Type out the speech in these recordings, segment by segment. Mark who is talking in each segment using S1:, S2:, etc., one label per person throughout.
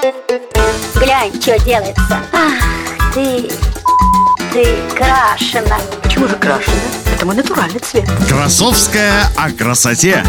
S1: Глянь, что делается. Ах, ты крашена.
S2: Почему же крашена? Это мой натуральный цвет.
S3: Красовская о красоте.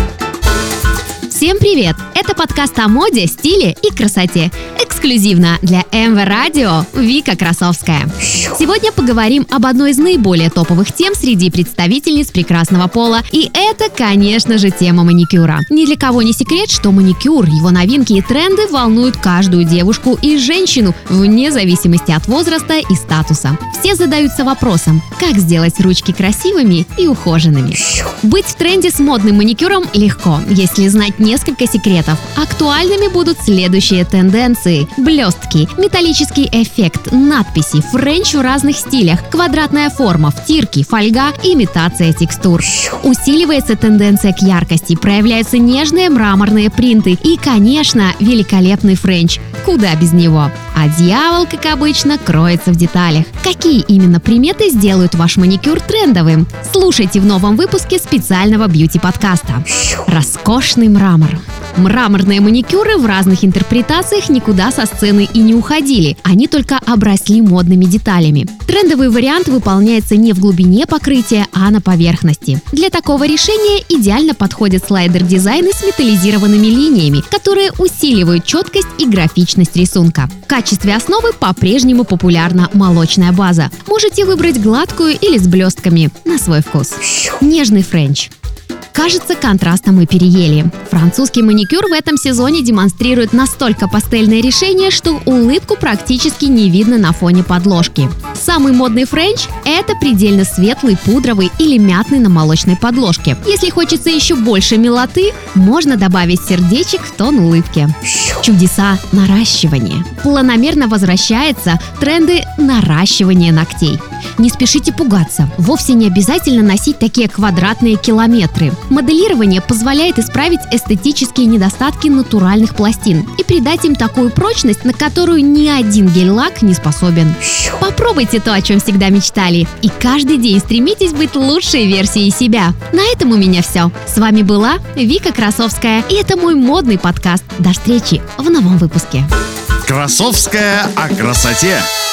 S4: Всем привет! Это подкаст о моде, стиле и красоте. Эксклюзивно для МВ Радио Вика Красовская. Сегодня поговорим об одной из наиболее топовых тем среди представительниц прекрасного пола. И это, конечно же, тема маникюра. Ни для кого не секрет, что маникюр, его новинки и тренды волнуют каждую девушку и женщину, вне зависимости от возраста и статуса. Все задаются вопросом, как сделать ручки красивыми и ухоженными. Быть в тренде с модным маникюром легко, если знать несколько секретов. Актуальными будут следующие тенденции: блестки, металлический эффект, надписи, френч в разных стилях, квадратная форма, втирки, фольга, имитация текстур. Усиливается тенденция к яркости, проявляются нежные мраморные принты и, конечно, великолепный френч. Куда без него? А дьявол, как обычно, кроется в деталях. Какие именно приметы сделают ваш маникюр трендовым? Слушайте в новом выпуске специального бьюти-подкаста. Роскошный мрамор. Мраморные маникюры в разных интерпретациях никуда со сцены и не уходили. Они только обросли модными деталями. Трендовый вариант выполняется не в глубине покрытия, а на поверхности. Для такого решения идеально подходят слайдер-дизайны с металлизированными линиями, которые усиливают четкость и графичность рисунка. В качестве основы по-прежнему популярна молочная база. Можете выбрать гладкую или с блестками, на свой вкус. Нежный френч. Кажется, контраста мы переели. Французский маникюр в этом сезоне демонстрирует настолько пастельное решение, что улыбку практически не видно на фоне подложки. Самый модный френч – это предельно светлый, пудровый или мятный на молочной подложке. Если хочется еще больше милоты, можно добавить сердечек в тон улыбки. Чудеса наращивания. Планомерно возвращается тренды наращивания ногтей. Не спешите пугаться. Вовсе не обязательно носить такие квадратные километры. Моделирование позволяет исправить эстетические недостатки натуральных пластин и придать им такую прочность, на которую ни один гель-лак не способен. Попробуйте то, о чем всегда мечтали, и каждый день стремитесь быть лучшей версией себя. На этом у меня все. С вами была Вика Красовская, и это мой модный подкаст. До встречи в новом выпуске.
S3: Красовская о красоте.